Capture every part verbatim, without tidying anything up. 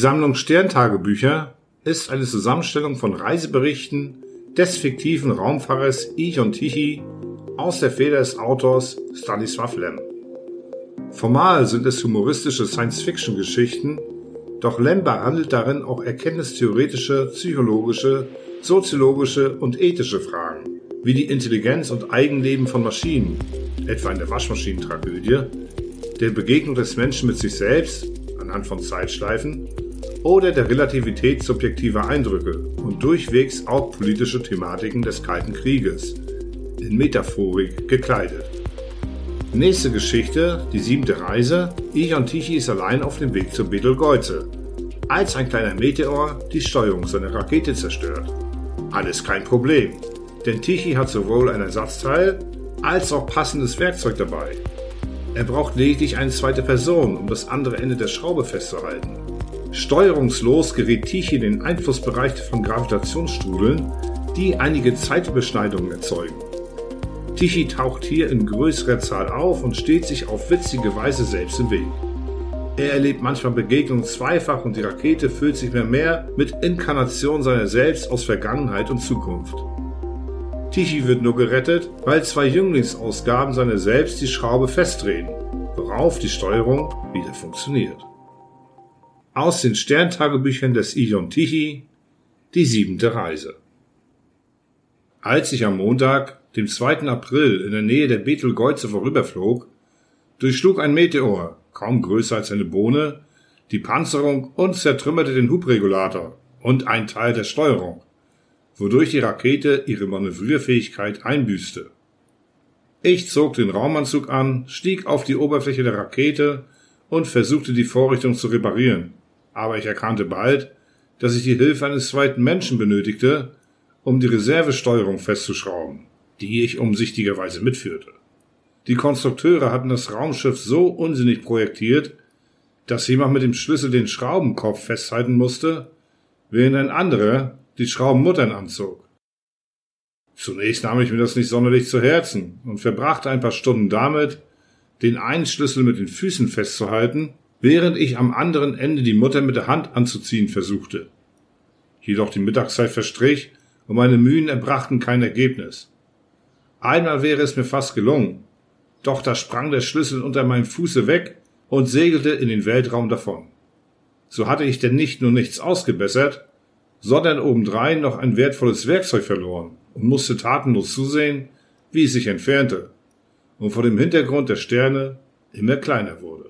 Sammlung Sterntagebücher ist eine Zusammenstellung von Reiseberichten des fiktiven Raumfahrers Ion Tichy aus der Feder des Autors Stanisław Lem. Formal sind es humoristische Science-Fiction-Geschichten, doch Lem behandelt darin auch erkenntnistheoretische, psychologische, soziologische und ethische Fragen, wie die Intelligenz und Eigenleben von Maschinen, etwa in der Waschmaschinentragödie, der Begegnung des Menschen mit sich selbst anhand von Zeitschleifen oder der Relativität subjektiver Eindrücke und durchwegs auch politische Thematiken des Kalten Krieges, in Metaphorik gekleidet. Nächste Geschichte, die siebte Reise. Ion Tichy ist allein auf dem Weg zur Betelgeuse, als ein kleiner Meteor die Steuerung seiner Rakete zerstört. Alles kein Problem, denn Tichy hat sowohl ein Ersatzteil als auch passendes Werkzeug dabei. Er braucht lediglich eine zweite Person, um das andere Ende der Schraube festzuhalten. Steuerungslos gerät Tichy in den Einflussbereich von Gravitationsstrudeln, die einige Zeitüberschneidungen erzeugen. Tichy taucht hier in größerer Zahl auf und steht sich auf witzige Weise selbst im Weg. Er erlebt manchmal Begegnungen zweifach und die Rakete füllt sich mehr mehr mit Inkarnationen seiner selbst aus Vergangenheit und Zukunft. Tichy wird nur gerettet, weil zwei Jünglingsausgaben seiner selbst die Schraube festdrehen, worauf die Steuerung wieder funktioniert. Aus den Sterntagebüchern des Ion Tichy, die siebte Reise. Als ich am Montag, dem zweiten April, in der Nähe der Betelgeuse vorüberflog, durchschlug ein Meteor, kaum größer als eine Bohne, die Panzerung und zertrümmerte den Hubregulator und einen Teil der Steuerung, wodurch die Rakete ihre Manövrierfähigkeit einbüßte. Ich zog den Raumanzug an, stieg auf die Oberfläche der Rakete und versuchte die Vorrichtung zu reparieren, aber ich erkannte bald, dass ich die Hilfe eines zweiten Menschen benötigte, um die Reservesteuerung festzuschrauben, die ich umsichtigerweise mitführte. Die Konstrukteure hatten das Raumschiff so unsinnig projektiert, dass jemand mit dem Schlüssel den Schraubenkopf festhalten musste, während ein anderer die Schraubenmuttern anzog. Zunächst nahm ich mir das nicht sonderlich zu Herzen und verbrachte ein paar Stunden damit, den einen Schlüssel mit den Füßen festzuhalten, während ich am anderen Ende die Mutter mit der Hand anzuziehen versuchte. Jedoch die Mittagszeit verstrich und meine Mühen erbrachten kein Ergebnis. Einmal wäre es mir fast gelungen, doch da sprang der Schlüssel unter meinem Fuße weg und segelte in den Weltraum davon. So hatte ich denn nicht nur nichts ausgebessert, sondern obendrein noch ein wertvolles Werkzeug verloren und musste tatenlos zusehen, wie es sich entfernte und vor dem Hintergrund der Sterne immer kleiner wurde.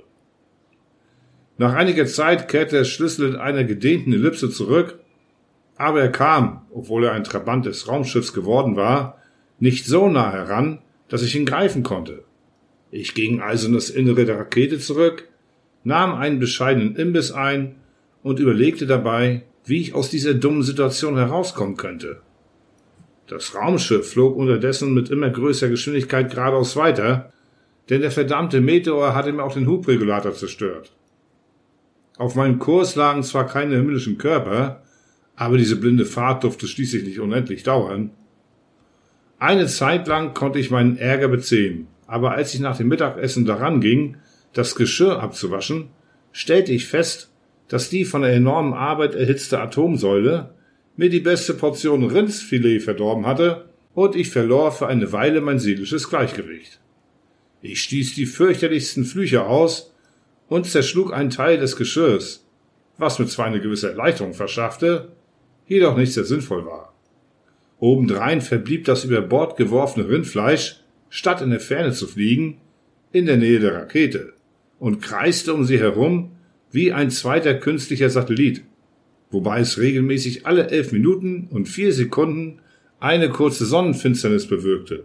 Nach einiger Zeit kehrte der Schlüssel in einer gedehnten Ellipse zurück, aber er kam, obwohl er ein Trabant des Raumschiffs geworden war, nicht so nah heran, dass ich ihn greifen konnte. Ich ging also in das Innere der Rakete zurück, nahm einen bescheidenen Imbiss ein und überlegte dabei, wie ich aus dieser dummen Situation herauskommen könnte. Das Raumschiff flog unterdessen mit immer größerer Geschwindigkeit geradeaus weiter, denn der verdammte Meteor hatte mir auch den Hubregulator zerstört. Auf meinem Kurs lagen zwar keine himmlischen Körper, aber diese blinde Fahrt durfte schließlich nicht unendlich dauern. Eine Zeit lang konnte ich meinen Ärger bezähmen, aber als ich nach dem Mittagessen daran ging, das Geschirr abzuwaschen, stellte ich fest, dass die von der enormen Arbeit erhitzte Atomsäule mir die beste Portion Rindsfilet verdorben hatte und ich verlor für eine Weile mein seelisches Gleichgewicht. Ich stieß die fürchterlichsten Flüche aus und zerschlug einen Teil des Geschirrs, was mir zwar eine gewisse Erleichterung verschaffte, jedoch nicht sehr sinnvoll war. Obendrein verblieb das über Bord geworfene Rindfleisch, statt in der Ferne zu fliegen, in der Nähe der Rakete und kreiste um sie herum wie ein zweiter künstlicher Satellit, wobei es regelmäßig alle elf Minuten und vier Sekunden eine kurze Sonnenfinsternis bewirkte.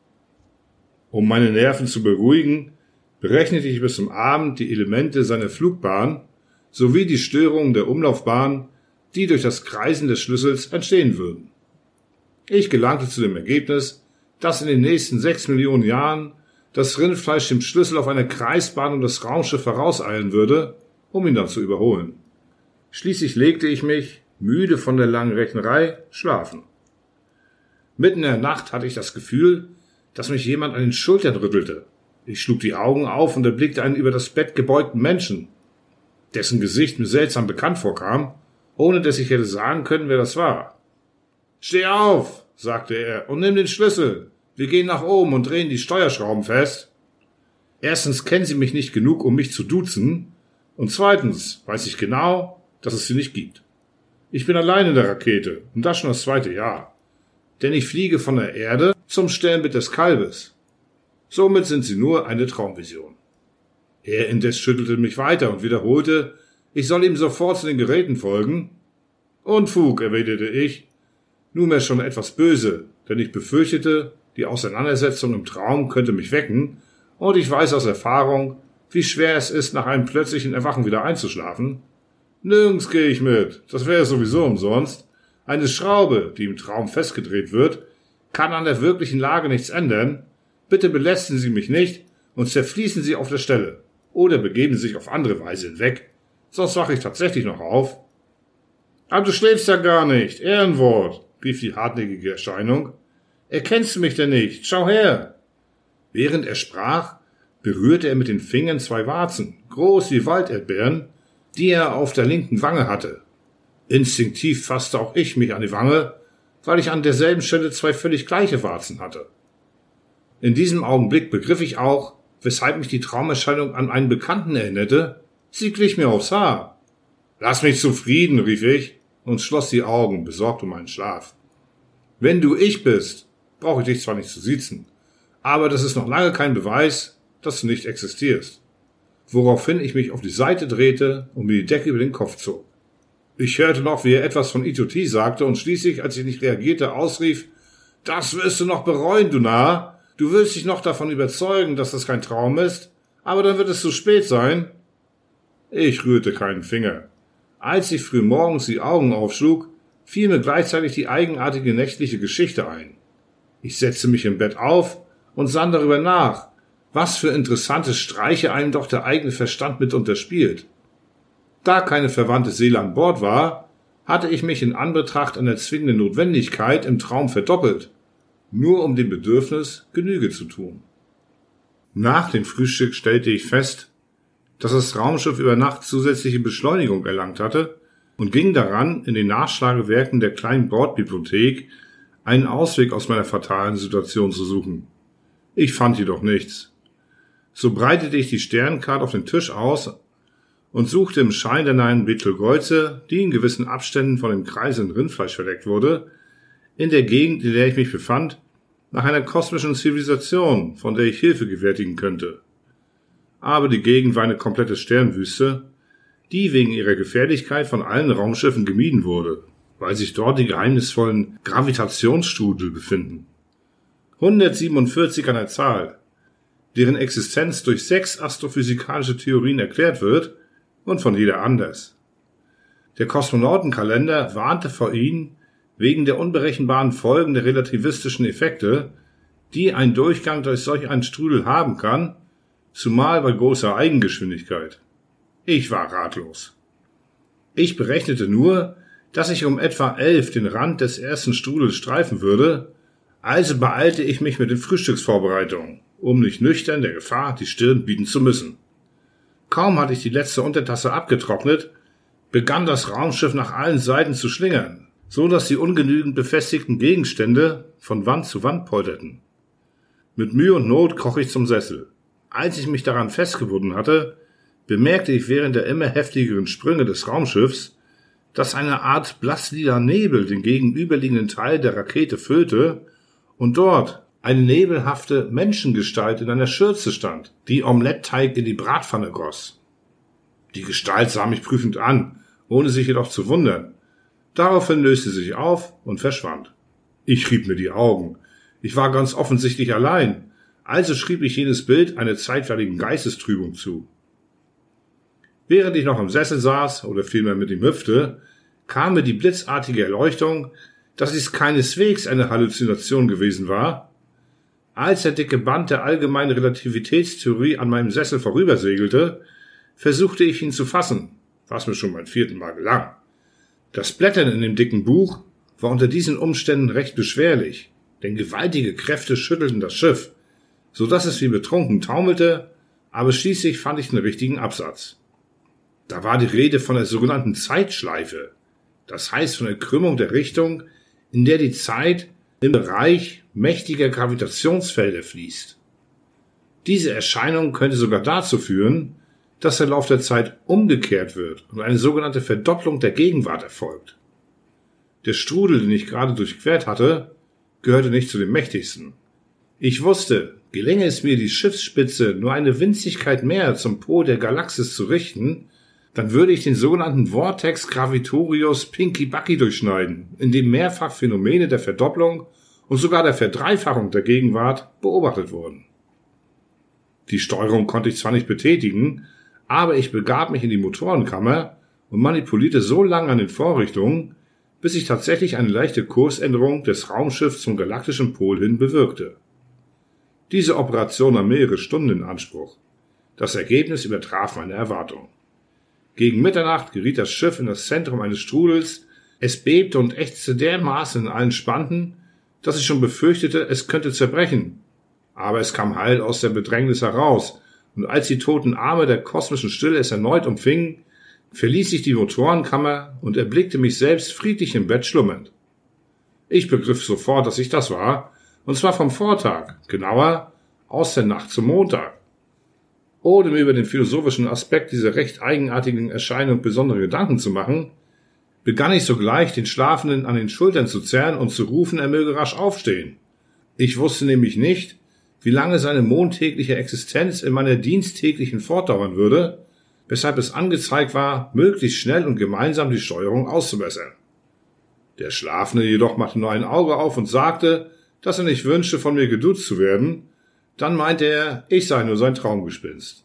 Um meine Nerven zu beruhigen, berechnete ich bis zum Abend die Elemente seiner Flugbahn sowie die Störungen der Umlaufbahn, die durch das Kreisen des Schlüssels entstehen würden. Ich gelangte zu dem Ergebnis, dass in den nächsten sechs Millionen Jahren das Rindfleisch dem Schlüssel auf einer Kreisbahn um das Raumschiff vorauseilen würde, um ihn dann zu überholen. Schließlich legte ich mich, müde von der langen Rechnerei, schlafen. Mitten in der Nacht hatte ich das Gefühl, dass mich jemand an den Schultern rüttelte. Ich schlug die Augen auf und erblickte einen über das Bett gebeugten Menschen. dessen Gesicht mir seltsam bekannt vorkam, ohne dass ich hätte sagen können, wer das war. »Steh auf«, sagte er, »und nimm den Schlüssel. Wir gehen nach oben und drehen die Steuerschrauben fest.« Erstens kennen Sie mich nicht genug, um mich zu duzen, und zweitens weiß ich genau, dass es sie nicht gibt. Ich bin allein in der Rakete, und das schon das zweite Jahr. Denn ich fliege von der Erde zum Sternbild des Kalbes. Somit sind sie nur eine Traumvision. Er indes schüttelte mich weiter und wiederholte, ich soll ihm sofort zu den Geräten folgen. Unfug, erwiderte ich, nunmehr schon etwas böse, denn ich befürchtete, die Auseinandersetzung im Traum könnte mich wecken, und ich weiß aus Erfahrung, wie schwer es ist, nach einem plötzlichen Erwachen wieder einzuschlafen. Nirgends gehe ich mit, das wäre sowieso umsonst. Eine Schraube, die im Traum festgedreht wird, kann an der wirklichen Lage nichts ändern. Bitte belästigen Sie mich nicht und zerfließen Sie auf der Stelle. Oder begeben Sie sich auf andere Weise hinweg, sonst wache ich tatsächlich noch auf. Aber du schläfst ja gar nicht, Ehrenwort, rief die hartnäckige Erscheinung. Erkennst du mich denn nicht? Schau her! Während er sprach, berührte er mit den Fingern zwei Warzen, groß wie Walderdbeeren, die er auf der linken Wange hatte. Instinktiv fasste auch ich mich an die Wange, weil ich an derselben Stelle zwei völlig gleiche Warzen hatte. In diesem Augenblick begriff ich auch, weshalb mich die Traumerscheinung an einen Bekannten erinnerte. Sie glich mir aufs Haar. »Lass mich zufrieden«, rief ich und schloss die Augen, besorgt um meinen Schlaf. »Wenn du ich bist, brauche ich dich zwar nicht zu siezen, aber das ist noch lange kein Beweis, dass du nicht existierst.« Woraufhin ich mich auf die Seite drehte und mir die Decke über den Kopf zog. Ich hörte noch, wie er etwas von Idiotie sagte und schließlich, als ich nicht reagierte, ausrief, »Das wirst du noch bereuen, du Narr. Du willst dich noch davon überzeugen, dass das kein Traum ist, aber dann wird es zu spät sein.« Ich rührte keinen Finger. Als ich früh morgens die Augen aufschlug, fiel mir gleichzeitig die eigenartige nächtliche Geschichte ein. Ich setzte mich im Bett auf und sann darüber nach, was für interessante Streiche einem doch der eigene Verstand mitunter spielt. Da keine verwandte Seele an Bord war, hatte ich mich in Anbetracht einer zwingenden Notwendigkeit im Traum verdoppelt, nur um dem Bedürfnis Genüge zu tun. Nach dem Frühstück stellte ich fest, dass das Raumschiff über Nacht zusätzliche Beschleunigung erlangt hatte und ging daran, in den Nachschlagewerken der kleinen Bordbibliothek einen Ausweg aus meiner fatalen Situation zu suchen. Ich fand jedoch nichts. So breitete ich die Sternkarte auf den Tisch aus und suchte im Schein der nahen Betelgeuse, die in gewissen Abständen von dem kreiselnden Rindfleisch verdeckt wurde, in der Gegend, in der ich mich befand, nach einer kosmischen Zivilisation, von der ich Hilfe gewärtigen könnte. Aber die Gegend war eine komplette Sternwüste, die wegen ihrer Gefährlichkeit von allen Raumschiffen gemieden wurde, weil sich dort die geheimnisvollen Gravitationsstrudel befinden. hundertsiebenundvierzig an der Zahl, deren Existenz durch sechs astrophysikalische Theorien erklärt wird und von jeder anders. Der Kosmonautenkalender warnte vor ihnen wegen der unberechenbaren Folgen der relativistischen Effekte, die ein Durchgang durch solch einen Strudel haben kann, zumal bei großer Eigengeschwindigkeit. Ich war ratlos. Ich berechnete nur, dass ich um etwa elf den Rand des ersten Strudels streifen würde, also beeilte ich mich mit den Frühstücksvorbereitungen, um nicht nüchtern der Gefahr die Stirn bieten zu müssen. Kaum hatte ich die letzte Untertasse abgetrocknet, begann das Raumschiff nach allen Seiten zu schlingern, so dass die ungenügend befestigten Gegenstände von Wand zu Wand polterten. Mit Mühe und Not kroch ich zum Sessel. Als ich mich daran festgebunden hatte, bemerkte ich während der immer heftigeren Sprünge des Raumschiffs, dass eine Art blasslila Nebel den gegenüberliegenden Teil der Rakete füllte und dort eine nebelhafte Menschengestalt in einer Schürze stand, die Omelettteig in die Bratpfanne goss. Die Gestalt sah mich prüfend an, ohne sich jedoch zu wundern. Daraufhin löste sie sich auf und verschwand. Ich rieb mir die Augen. Ich war ganz offensichtlich allein, also schrieb ich jenes Bild einer zeitweiligen Geistestrübung zu. Während ich noch im Sessel saß, oder vielmehr mit ihm hüpfte, kam mir die blitzartige Erleuchtung, dass dies keineswegs eine Halluzination gewesen war. Als der dicke Band der allgemeinen Relativitätstheorie an meinem Sessel vorübersegelte, versuchte ich ihn zu fassen, was mir schon beim vierten Mal gelang. Das Blättern in dem dicken Buch war unter diesen Umständen recht beschwerlich, denn gewaltige Kräfte schüttelten das Schiff, so dass es wie betrunken taumelte, aber schließlich fand ich den richtigen Absatz. Da war die Rede von der sogenannten Zeitschleife. Das heißt von der Krümmung der Richtung, in der die Zeit im Bereich mächtiger Gravitationsfelder fließt. Diese Erscheinung könnte sogar dazu führen, dass der Lauf der Zeit umgekehrt wird und eine sogenannte Verdopplung der Gegenwart erfolgt. Der Strudel, den ich gerade durchquert hatte, gehörte nicht zu den mächtigsten. Ich wusste, gelänge es mir, die Schiffsspitze nur eine Winzigkeit mehr zum Pol der Galaxis zu richten, dann würde ich den sogenannten Vortex Gravitorius Pinky Bucky durchschneiden, in dem mehrfach Phänomene der Verdopplung und sogar der Verdreifachung der Gegenwart beobachtet wurden. Die Steuerung konnte ich zwar nicht betätigen, aber ich begab mich in die Motorenkammer und manipulierte so lange an den Vorrichtungen, bis ich tatsächlich eine leichte Kursänderung des Raumschiffs zum galaktischen Pol hin bewirkte. Diese Operation nahm mehrere Stunden in Anspruch. Das Ergebnis übertraf meine Erwartungen. Gegen Mitternacht geriet das Schiff in das Zentrum eines Strudels, es bebte und ächzte dermaßen in allen Spanten, dass ich schon befürchtete, es könnte zerbrechen. Aber es kam heil aus der Bedrängnis heraus, und als die toten Arme der kosmischen Stille es erneut umfingen, verließ ich die Motorenkammer und erblickte mich selbst friedlich im Bett schlummernd. Ich begriff sofort, dass ich das war, und zwar vom Vortag, genauer aus der Nacht zum Montag. Ohne mir über den philosophischen Aspekt dieser recht eigenartigen Erscheinung besondere Gedanken zu machen, begann ich sogleich, den Schlafenden an den Schultern zu zerren und zu rufen, er möge rasch aufstehen. Ich wusste nämlich nicht, wie lange seine montägliche Existenz in meiner diensttäglichen fortdauern würde, weshalb es angezeigt war, möglichst schnell und gemeinsam die Steuerung auszubessern. Der Schlafende jedoch machte nur ein Auge auf und sagte, dass er nicht wünschte, von mir geduzt zu werden. Dann meinte er, ich sei nur sein Traumgespinst.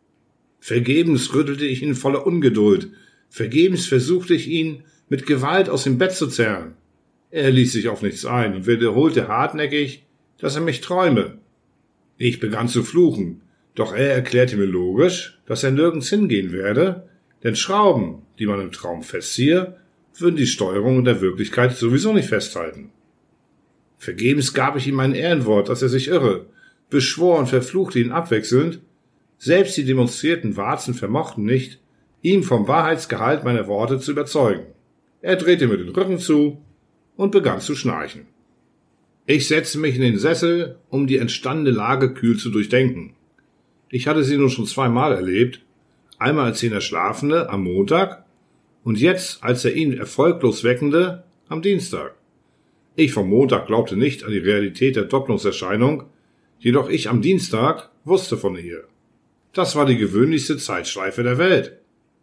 Vergebens rüttelte ich ihn voller Ungeduld. Vergebens versuchte ich ihn mit Gewalt aus dem Bett zu zerren. Er ließ sich auf nichts ein und wiederholte hartnäckig, dass er mich träume. Ich begann zu fluchen, doch er erklärte mir logisch, dass er nirgends hingehen werde, denn Schrauben, die man im Traum festziehe, würden die Steuerung in der Wirklichkeit sowieso nicht festhalten. Vergebens gab ich ihm ein Ehrenwort, dass er sich irre, beschwor und verfluchte ihn abwechselnd. Selbst die demonstrierten Warzen vermochten nicht, ihn vom Wahrheitsgehalt meiner Worte zu überzeugen. Er drehte mir den Rücken zu und begann zu schnarchen. Ich setzte mich in den Sessel, um die entstandene Lage kühl zu durchdenken. Ich hatte sie nun schon zweimal erlebt, einmal als jener Schlafende am Montag und jetzt als er ihn erfolglos Weckende am Dienstag. Ich vom Montag glaubte nicht an die Realität der Doppelungserscheinung, jedoch ich am Dienstag wusste von ihr. Das war die gewöhnlichste Zeitschleife der Welt.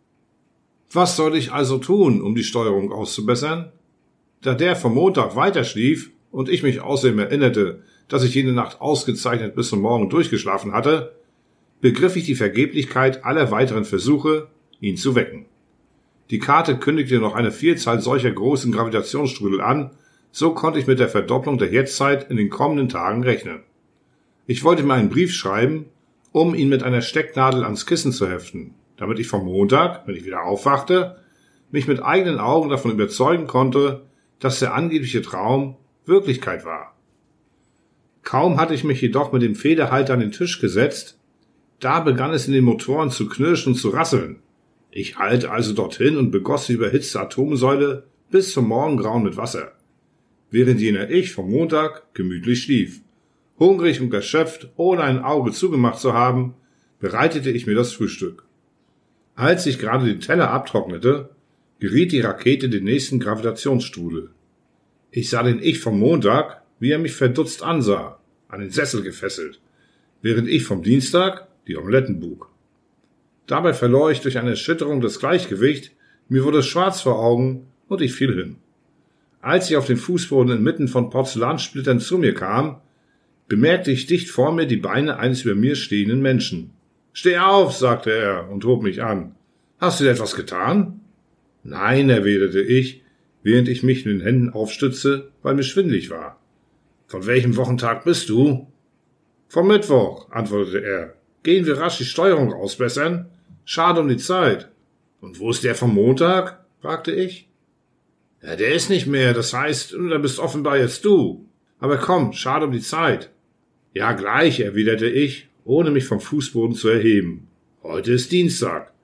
Was sollte ich also tun, um die Steuerung auszubessern? Da der vom Montag weiter schlief und ich mich außerdem erinnerte, dass ich jene Nacht ausgezeichnet bis zum Morgen durchgeschlafen hatte, begriff ich die Vergeblichkeit aller weiteren Versuche, ihn zu wecken. Die Karte kündigte noch eine Vielzahl solcher großen Gravitationsstrudel an, so konnte ich mit der Verdopplung der Jetztzeit in den kommenden Tagen rechnen. Ich wollte mir einen Brief schreiben, um ihn mit einer Stecknadel ans Kissen zu heften, damit ich vom Montag, wenn ich wieder aufwachte, mich mit eigenen Augen davon überzeugen konnte, dass der angebliche Traum Wirklichkeit war. Kaum hatte ich mich jedoch mit dem Federhalter an den Tisch gesetzt, da begann es in den Motoren zu knirschen und zu rasseln. Ich eilte also dorthin und begoss die überhitzte Atomsäule bis zum Morgengrauen mit Wasser, während jener ich vom Montag gemütlich schlief. Hungrig und erschöpft, ohne ein Auge zugemacht zu haben, bereitete ich mir das Frühstück. Als ich gerade den Teller abtrocknete, geriet die Rakete den nächsten Gravitationsstrudel. Ich sah den Ich vom Montag, wie er mich verdutzt ansah, an den Sessel gefesselt, während ich vom Dienstag die Omeletten buk. Dabei verlor ich durch eine Erschütterung das Gleichgewicht, mir wurde schwarz vor Augen und ich fiel hin. Als ich auf den Fußboden inmitten von Porzellansplittern zu mir kam, bemerkte ich dicht vor mir die Beine eines über mir stehenden Menschen. »Steh auf«, sagte er und hob mich an. »Hast du dir etwas getan?« »Nein«, erwiderte ich, während ich mich in den Händen aufstützte, weil mir schwindelig war. »Von welchem Wochentag bist du?« »Vom Mittwoch«, antwortete er. »Gehen wir rasch die Steuerung ausbessern? Schade um die Zeit.« »Und wo ist der vom Montag?« fragte ich. »Ja, der ist nicht mehr, das heißt, da bist offenbar jetzt du. Aber komm, schade um die Zeit.« »Ja, gleich«, erwiderte ich, ohne mich vom Fußboden zu erheben. »Heute ist Dienstag.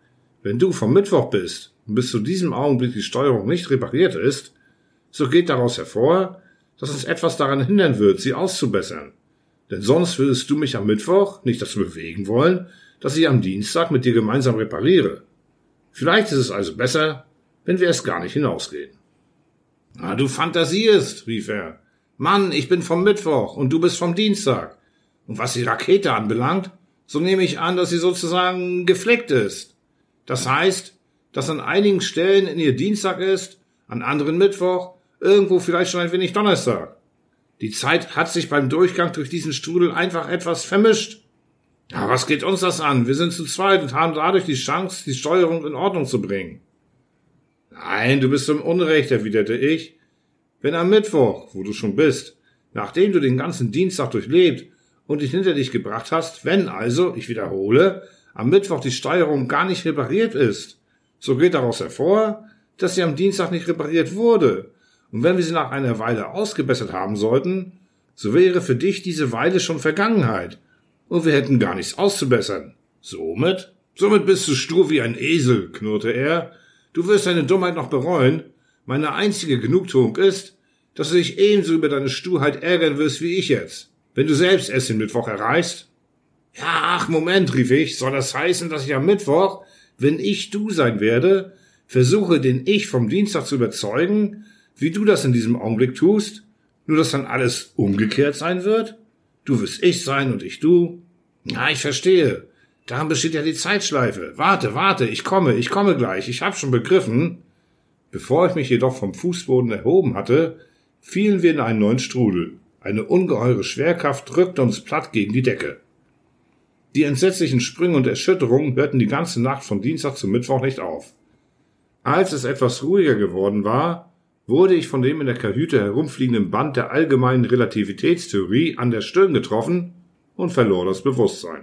Wenn du vom Mittwoch bist und bis zu diesem Augenblick die Steuerung nicht repariert ist, so geht daraus hervor, dass uns etwas daran hindern wird, sie auszubessern. Denn sonst würdest du mich am Mittwoch nicht dazu bewegen wollen, dass ich am Dienstag mit dir gemeinsam repariere. Vielleicht ist es also besser, wenn wir erst gar nicht hinausgehen. »Ah, du fantasierst«, rief er. »Mann, ich bin vom Mittwoch und du bist vom Dienstag. Und was die Rakete anbelangt, so nehme ich an, dass sie sozusagen geflickt ist. Das heißt, dass an einigen Stellen in ihr Dienstag ist, an anderen Mittwoch, irgendwo vielleicht schon ein wenig Donnerstag. Die Zeit hat sich beim Durchgang durch diesen Strudel einfach etwas vermischt. Ja, was geht uns das an? Wir sind zu zweit und haben dadurch die Chance, die Steuerung in Ordnung zu bringen.« »Nein, du bist im Unrecht«, erwiderte ich. »Wenn am Mittwoch, wo du schon bist, nachdem du den ganzen Dienstag durchlebt und dich hinter dich gebracht hast, wenn also, ich wiederhole, am Mittwoch die Steuerung gar nicht repariert ist, so geht daraus hervor, dass sie am Dienstag nicht repariert wurde. Und wenn wir sie nach einer Weile ausgebessert haben sollten, so wäre für dich diese Weile schon Vergangenheit und wir hätten gar nichts auszubessern. Somit? Somit bist du stur wie ein Esel«, knurrte er. »Du wirst deine Dummheit noch bereuen. Meine einzige Genugtuung ist, dass du dich ebenso über deine Sturheit ärgern wirst wie ich jetzt, wenn du selbst erst den Mittwoch erreichst.« »Ja, ach, Moment«, rief ich, »soll das heißen, dass ich am Mittwoch, wenn ich du sein werde, versuche, den Ich vom Dienstag zu überzeugen, wie du das in diesem Augenblick tust, nur dass dann alles umgekehrt sein wird? Du wirst ich sein und ich du? Ja, ich verstehe. Daran besteht ja die Zeitschleife. Warte, warte, ich komme, ich komme gleich, ich hab schon begriffen.« Bevor ich mich jedoch vom Fußboden erhoben hatte, fielen wir in einen neuen Strudel. Eine ungeheure Schwerkraft drückte uns platt gegen die Decke. Die entsetzlichen Sprünge und Erschütterungen hörten die ganze Nacht von Dienstag zu Mittwoch nicht auf. Als es etwas ruhiger geworden war, wurde ich von dem in der Kajüte herumfliegenden Band der allgemeinen Relativitätstheorie an der Stirn getroffen und verlor das Bewusstsein.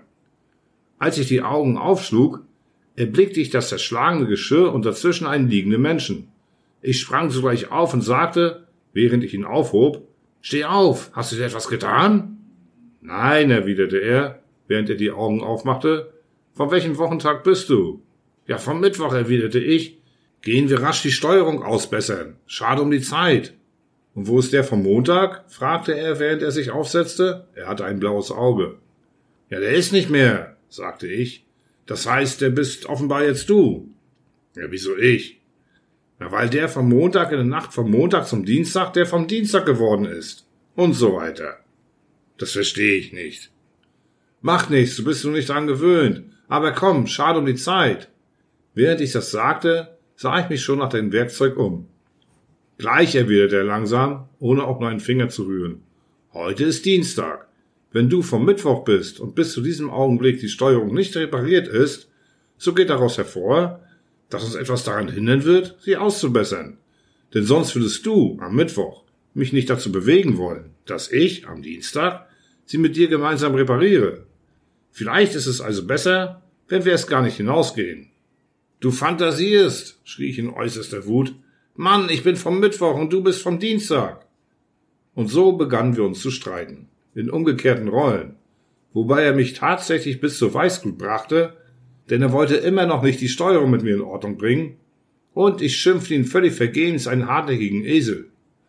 Als ich die Augen aufschlug, erblickte ich das zerschlagene Geschirr und dazwischen einen liegenden Menschen. Ich sprang sogleich auf und sagte, während ich ihn aufhob, »Steh auf, hast du dir etwas getan?« »Nein«, erwiderte er, während er die Augen aufmachte. »Von welchem Wochentag bist du?« »Ja, vom Mittwoch«, erwiderte ich. »Gehen wir rasch die Steuerung ausbessern. Schade um die Zeit.« »Und wo ist der vom Montag?« fragte er, während er sich aufsetzte. Er hatte ein blaues Auge. »Ja, der ist nicht mehr«, sagte ich. »Das heißt, der bist offenbar jetzt du.« »Ja, wieso ich?« »Na, weil der vom Montag in der Nacht vom Montag zum Dienstag der vom Dienstag geworden ist. Und so weiter.« »Das verstehe ich nicht.« »Macht nichts, du bist nur nicht dran gewöhnt. Aber komm, schade um die Zeit.« Während ich das sagte, sah ich mich schon nach dem Werkzeug um. »Gleich«, erwiderte er langsam, ohne auch nur einen Finger zu rühren. »Heute ist Dienstag. Wenn du vom Mittwoch bist und bis zu diesem Augenblick die Steuerung nicht repariert ist, so geht daraus hervor, dass uns etwas daran hindern wird, sie auszubessern. Denn sonst würdest du am Mittwoch mich nicht dazu bewegen wollen, dass ich am Dienstag sie mit dir gemeinsam repariere. Vielleicht ist es also besser, wenn wir erst gar nicht hinausgehen.« »Du fantasierst«, schrie ich in äußerster Wut. »Mann, ich bin vom Mittwoch und du bist vom Dienstag.« Und so begannen wir uns zu streiten, in umgekehrten Rollen, wobei er mich tatsächlich bis zur Weißglut brachte, denn er wollte immer noch nicht die Steuerung mit mir in Ordnung bringen, und ich schimpfte ihn völlig vergebens einen hartnäckigen Esel.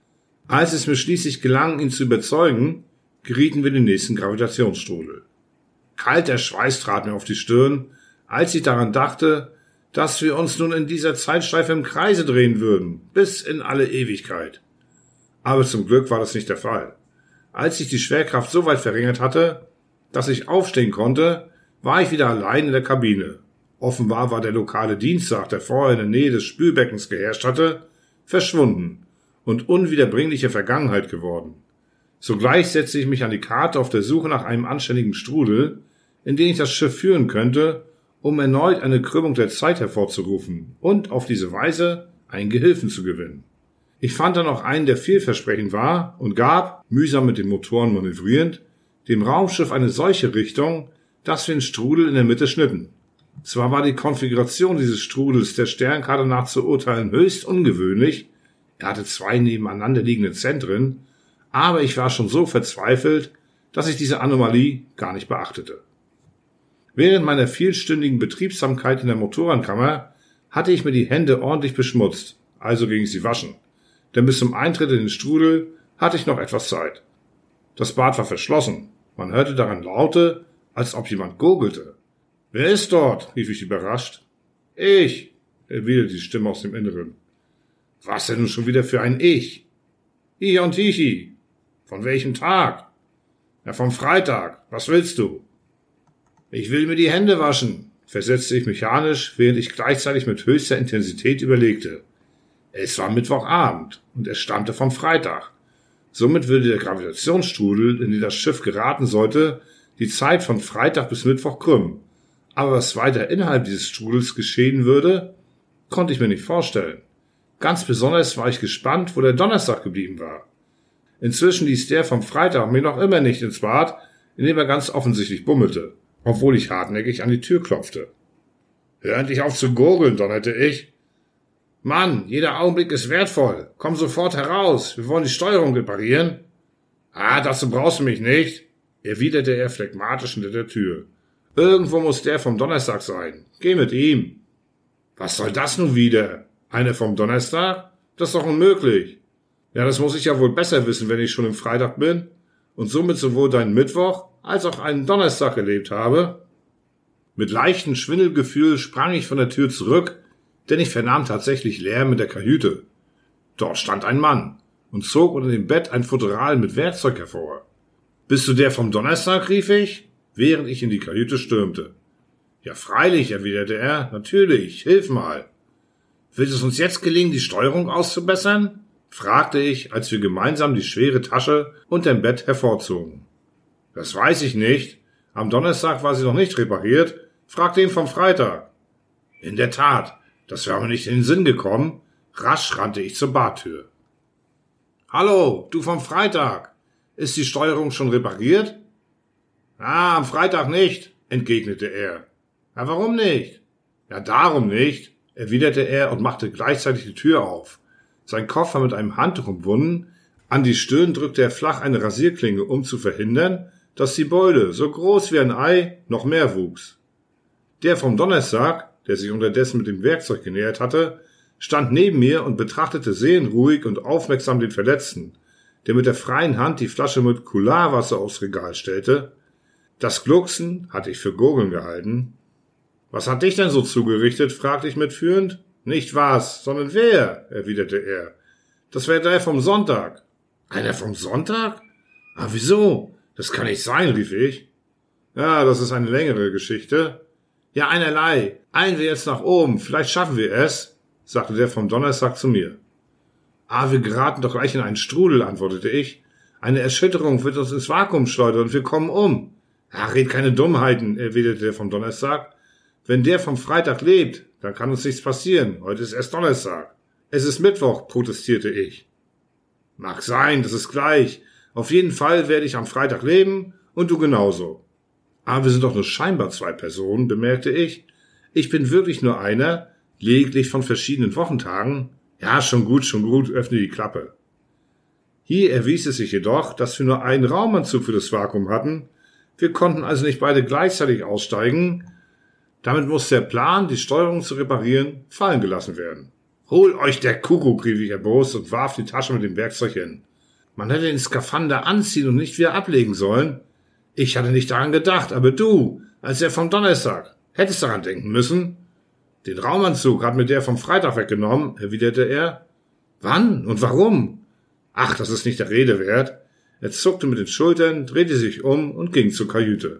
Als es mir schließlich gelang, ihn zu überzeugen, gerieten wir in den nächsten Gravitationsstrudel. Kalter Schweiß trat mir auf die Stirn, als ich daran dachte, dass wir uns nun in dieser Zeitschleife im Kreise drehen würden, bis in alle Ewigkeit. Aber zum Glück war das nicht der Fall. Als sich die Schwerkraft so weit verringert hatte, dass ich aufstehen konnte, war ich wieder allein in der Kabine. Offenbar war der lokale Dienstag, der vorher in der Nähe des Spülbeckens geherrscht hatte, verschwunden und unwiederbringliche Vergangenheit geworden. Sogleich setzte ich mich an die Karte auf der Suche nach einem anständigen Strudel, in den ich das Schiff führen könnte, um erneut eine Krümmung der Zeit hervorzurufen und auf diese Weise einen Gehilfen zu gewinnen. Ich fand dann auch einen, der vielversprechend war und gab, mühsam mit den Motoren manövrierend, dem Raumschiff eine solche Richtung, dass wir den Strudel in der Mitte schnitten. Zwar war die Konfiguration dieses Strudels der Sternkarte nach zu urteilen höchst ungewöhnlich, er hatte zwei nebeneinander liegende Zentren, aber ich war schon so verzweifelt, dass ich diese Anomalie gar nicht beachtete. Während meiner vielstündigen Betriebsamkeit in der Motorenkammer hatte ich mir die Hände ordentlich beschmutzt, also ging ich sie waschen. Denn bis zum Eintritt in den Strudel hatte ich noch etwas Zeit. Das Bad war verschlossen. Man hörte daran Laute, als ob jemand gurgelte. »Wer ist dort?« rief ich überrascht. »Ich«, erwiderte die Stimme aus dem Inneren. »Was denn nun schon wieder für ein Ich?« »Ich und Tichy.« »Von welchem Tag?« »Ja, vom Freitag. Was willst du?« »Ich will mir die Hände waschen«, versetzte ich mechanisch, während ich gleichzeitig mit höchster Intensität überlegte. Es war Mittwochabend und es stammte vom Freitag. Somit würde der Gravitationsstrudel, in den das Schiff geraten sollte, die Zeit von Freitag bis Mittwoch krümmen. Aber was weiter innerhalb dieses Strudels geschehen würde, konnte ich mir nicht vorstellen. Ganz besonders war ich gespannt, wo der Donnerstag geblieben war. Inzwischen ließ der vom Freitag mich noch immer nicht ins Bad, in dem er ganz offensichtlich bummelte, obwohl ich hartnäckig an die Tür klopfte. »Hör endlich auf zu gurgeln«, donnerte ich. »Mann, jeder Augenblick ist wertvoll. Komm sofort heraus. Wir wollen die Steuerung reparieren.« »Ah, dazu brauchst du mich nicht«, erwiderte er phlegmatisch hinter der Tür. »Irgendwo muss der vom Donnerstag sein. Geh mit ihm.« »Was soll das nun wieder? Einer vom Donnerstag? Das ist doch unmöglich.« »Ja, das muss ich ja wohl besser wissen, wenn ich schon im Freitag bin und somit sowohl deinen Mittwoch als auch einen Donnerstag erlebt habe.« Mit leichtem Schwindelgefühl sprang ich von der Tür zurück, denn ich vernahm tatsächlich Lärm in der Kajüte. Dort stand ein Mann und zog unter dem Bett ein Futteral mit Werkzeug hervor. »Bist du der vom Donnerstag?« rief ich, während ich in die Kajüte stürmte. »Ja, freilich«, erwiderte er, »natürlich, hilf mal.« »Wird es uns jetzt gelingen, die Steuerung auszubessern?« fragte ich, als wir gemeinsam die schwere Tasche unterm Bett hervorzogen. »Das weiß ich nicht. Am Donnerstag war sie noch nicht repariert. Frag den vom Freitag.« »In der Tat, das wäre mir nicht in den Sinn gekommen.« Rasch rannte ich zur Badtür. »Hallo, du vom Freitag. Ist die Steuerung schon repariert?« »Ah, am Freitag nicht«, entgegnete er. »Ja, warum nicht?« »Ja, darum nicht«, erwiderte er und machte gleichzeitig die Tür auf. Sein Kopf war mit einem Handtuch umwunden, an die Stirn drückte er flach eine Rasierklinge, um zu verhindern, dass die Beule, so groß wie ein Ei, noch mehr wuchs. Der vom Donnerstag, der sich unterdessen mit dem Werkzeug genähert hatte, stand neben mir und betrachtete seelenruhig und aufmerksam den Verletzten, der mit der freien Hand die Flasche mit Coularwasser aufs Regal stellte. Das Glucksen hatte ich für Gurgeln gehalten. »Was hat dich denn so zugerichtet?« fragte ich mitführend. »Nicht was, sondern wer?« erwiderte er. »Das wäre der vom Sonntag.« »Einer vom Sonntag? Ah, wieso? Das kann nicht sein«, rief ich. »Ja, das ist eine längere Geschichte.« »Ja, einerlei. Eilen wir jetzt nach oben, vielleicht schaffen wir es«, sagte der vom Donnerstag zu mir. »Ah, wir geraten doch gleich in einen Strudel«, antwortete ich. »Eine Erschütterung wird uns ins Vakuum schleudern und wir kommen um.« »Ach, red keine Dummheiten«, erwiderte der vom Donnerstag. »Wenn der vom Freitag lebt, dann kann uns nichts passieren. Heute ist erst Donnerstag.« »Es ist Mittwoch«, protestierte ich. »Mag sein, das ist gleich. Auf jeden Fall werde ich am Freitag leben und du genauso.« »Aber wir sind doch nur scheinbar zwei Personen«, bemerkte ich. »Ich bin wirklich nur einer, lediglich von verschiedenen Wochentagen.« »Ja, schon gut, schon gut«, öffne die Klappe. Hier erwies es sich jedoch, dass wir nur einen Raumanzug für das Vakuum hatten. Wir konnten also nicht beide gleichzeitig aussteigen. Damit musste der Plan, die Steuerung zu reparieren, fallen gelassen werden. »Hol euch der Kuckuck«, rief ich erbost und warf die Tasche mit dem Werkzeug hin. Man hätte den Skafander anziehen und nicht wieder ablegen sollen. Ich hatte nicht daran gedacht, aber du, als der vom Donnerstag, hättest daran denken müssen. »Den Raumanzug hat mir der vom Freitag weggenommen«, erwiderte er. »Wann und warum?« »Ach, das ist nicht der Rede wert.« Er zuckte mit den Schultern, drehte sich um und ging zur Kajüte.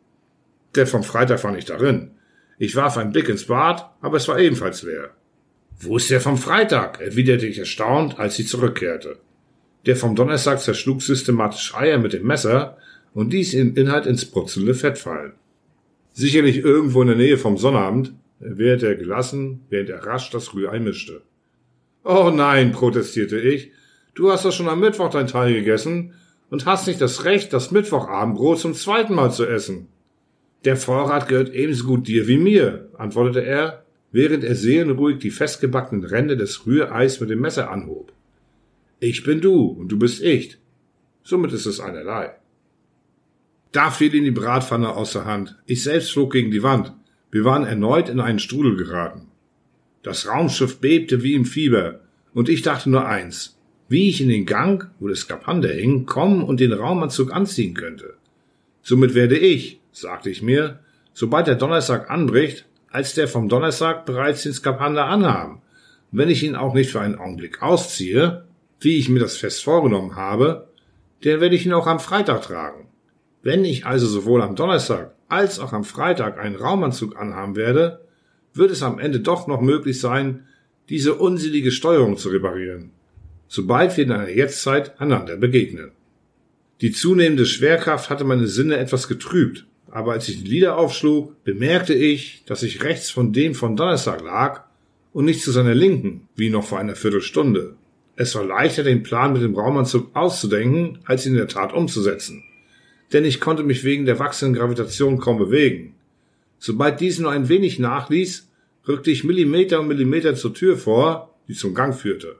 Der vom Freitag war nicht darin. Ich warf einen Blick ins Bad, aber es war ebenfalls leer. »Wo ist der vom Freitag?«, erwiderte ich erstaunt, als sie zurückkehrte. Der vom Donnerstag zerschlug systematisch Eier mit dem Messer und ließ den Inhalt ins brutzelnde Fett fallen. »Sicherlich irgendwo in der Nähe vom Sonnabend«, erwiderte er gelassen, während er rasch das Rührei mischte. »Oh nein«, protestierte ich, »du hast doch schon am Mittwoch dein Teil gegessen und hast nicht das Recht, das Mittwochabendbrot zum zweiten Mal zu essen.« »Der Vorrat gehört ebenso gut dir wie mir«, antwortete er, während er seelenruhig die festgebackenen Ränder des Rühreis mit dem Messer anhob. »Ich bin du und du bist ich. Somit ist es einerlei.« Da fiel ihm die Bratpfanne aus der Hand. Ich selbst flog gegen die Wand. Wir waren erneut in einen Strudel geraten. Das Raumschiff bebte wie im Fieber, und ich dachte nur eins, wie ich in den Gang, wo der Skapander hing, kommen und den Raumanzug anziehen könnte. Somit werde ich, sagte ich mir, sobald der Donnerstag anbricht, als der vom Donnerstag bereits den Skapander anhaben, wenn ich ihn auch nicht für einen Augenblick ausziehe, wie ich mir das fest vorgenommen habe, dann werde ich ihn auch am Freitag tragen. Wenn ich also sowohl am Donnerstag als auch am Freitag einen Raumanzug anhaben werde, wird es am Ende doch noch möglich sein, diese unselige Steuerung zu reparieren, sobald wir in einer Jetztzeit einander begegnen. Die zunehmende Schwerkraft hatte meine Sinne etwas getrübt, aber als ich die Lider aufschlug, bemerkte ich, dass ich rechts von dem von Donnerstag lag und nicht zu seiner Linken, wie noch vor einer Viertelstunde. Es war leichter, den Plan mit dem Raumanzug auszudenken, als ihn in der Tat umzusetzen, denn ich konnte mich wegen der wachsenden Gravitation kaum bewegen. Sobald diese nur ein wenig nachließ, rückte ich Millimeter um Millimeter zur Tür vor, die zum Gang führte.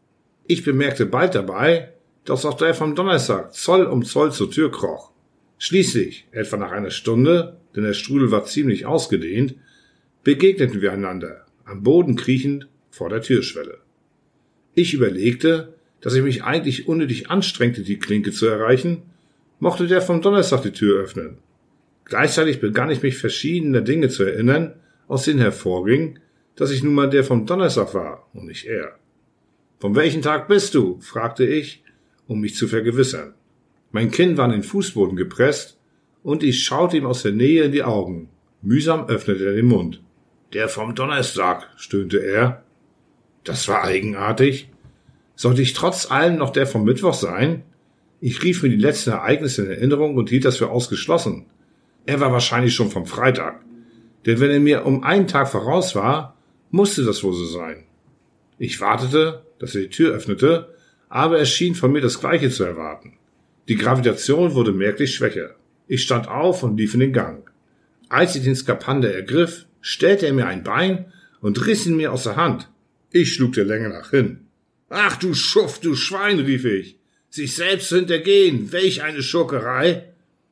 Ich bemerkte bald dabei, dass auch der vom Donnerstag Zoll um Zoll zur Tür kroch. Schließlich, etwa nach einer Stunde, denn der Strudel war ziemlich ausgedehnt, begegneten wir einander, am Boden kriechend vor der Türschwelle. Ich überlegte, dass ich mich eigentlich unnötig anstrengte, die Klinke zu erreichen, mochte der vom Donnerstag die Tür öffnen. Gleichzeitig begann ich mich verschiedener Dinge zu erinnern, aus denen hervorging, dass ich nun mal der vom Donnerstag war und nicht er. »Von welchem Tag bist du?« fragte ich, um mich zu vergewissern. Mein Kinn war in den Fußboden gepresst, und ich schaute ihm aus der Nähe in die Augen. Mühsam öffnete er den Mund. »Der vom Donnerstag«, stöhnte er. Das war eigenartig. Sollte ich trotz allem noch der vom Mittwoch sein? Ich rief mir die letzten Ereignisse in Erinnerung und hielt das für ausgeschlossen. Er war wahrscheinlich schon vom Freitag. Denn wenn er mir um einen Tag voraus war, musste das wohl so sein. Ich wartete, dass er die Tür öffnete, aber er schien von mir das Gleiche zu erwarten. Die Gravitation wurde merklich schwächer. Ich stand auf und lief in den Gang. Als ich den Skapander ergriff, stellte er mir ein Bein und riss ihn mir aus der Hand. Ich schlug der Länge nach hin. »Ach du Schuft, du Schwein«, rief ich. »Sich selbst zu hintergehen, welch eine Schurkerei!«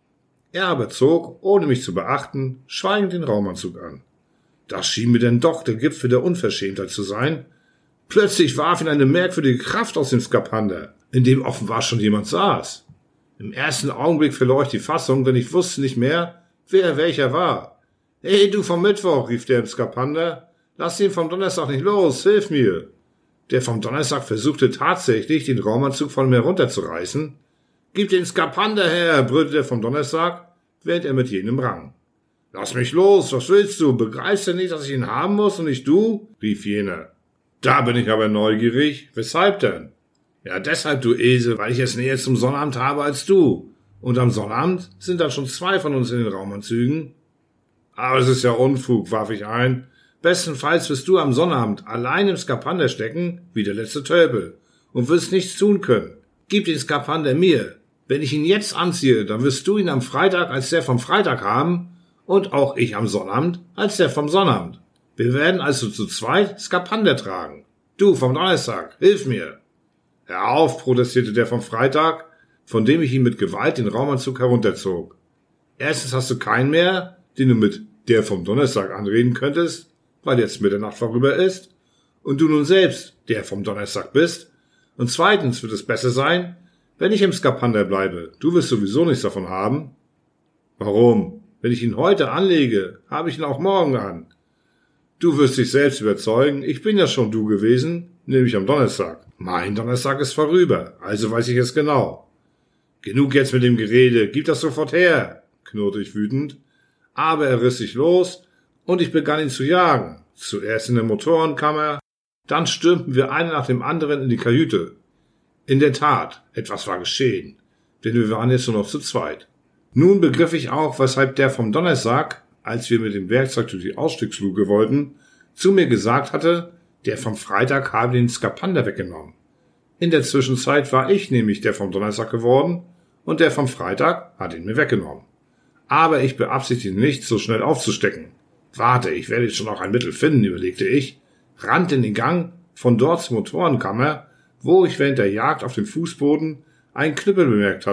Er aber zog, ohne mich zu beachten, schweigend den Raumanzug an. Das schien mir denn doch der Gipfel der Unverschämtheit zu sein. Plötzlich warf ihn eine merkwürdige Kraft aus dem Skapander, in dem offenbar schon jemand saß. Im ersten Augenblick verlor ich die Fassung, denn ich wusste nicht mehr, wer welcher war. »Hey, du vom Mittwoch«, rief der im Skapander, »lass den vom Donnerstag nicht los, hilf mir!« Der vom Donnerstag versuchte tatsächlich, den Raumanzug von mir runterzureißen. »Gib den Skapander her«, brüllte der vom Donnerstag, während er mit jenem rang. »Lass mich los, was willst du? Begreifst du nicht, dass ich ihn haben muss und nicht du?« rief jener. »Da bin ich aber neugierig. Weshalb denn?« »Ja, deshalb, du Esel, weil ich es näher zum Sonnabend habe als du. Und am Sonnabend sind dann schon zwei von uns in den Raumanzügen.« »Aber es ist ja Unfug«, warf ich ein. »Bestenfalls wirst du am Sonnabend allein im Skapander stecken, wie der letzte Tölpel, und wirst nichts tun können. Gib den Skapander mir. Wenn ich ihn jetzt anziehe, dann wirst du ihn am Freitag als der vom Freitag haben und auch ich am Sonnabend als der vom Sonnabend. Wir werden also zu zweit Skapander tragen. Du vom Donnerstag, hilf mir.« »Hör auf«, protestierte der vom Freitag, von dem ich ihm mit Gewalt den Raumanzug herunterzog. »Erstens hast du keinen mehr, den du mit der vom Donnerstag anreden könntest, weil jetzt Mitternacht vorüber ist, und du nun selbst der vom Donnerstag bist. Und zweitens wird es besser sein, wenn ich im Skapander bleibe. Du wirst sowieso nichts davon haben.« »Warum? Wenn ich ihn heute anlege, habe ich ihn auch morgen an.« »Du wirst dich selbst überzeugen, ich bin ja schon du gewesen, nämlich am Donnerstag. Mein Donnerstag ist vorüber, also weiß ich es genau.« »Genug jetzt mit dem Gerede, gib das sofort her«, knurrte ich wütend, aber er riss sich los, und ich begann ihn zu jagen, zuerst in der Motorenkammer, dann stürmten wir einer nach dem anderen in die Kajüte. In der Tat, etwas war geschehen, denn wir waren jetzt nur noch zu zweit. Nun begriff ich auch, weshalb der vom Donnerstag, als wir mit dem Werkzeug durch die Ausstiegsluke wollten, zu mir gesagt hatte, der vom Freitag habe den Skapander weggenommen. In der Zwischenzeit war ich nämlich der vom Donnerstag geworden, und der vom Freitag hat ihn mir weggenommen. Aber ich beabsichtigte nicht, so schnell aufzustecken. Warte, ich werde jetzt schon noch ein Mittel finden, überlegte ich, rannte in den Gang, von dort zur Motorenkammer, wo ich während der Jagd auf dem Fußboden einen Knüppel bemerkt hatte,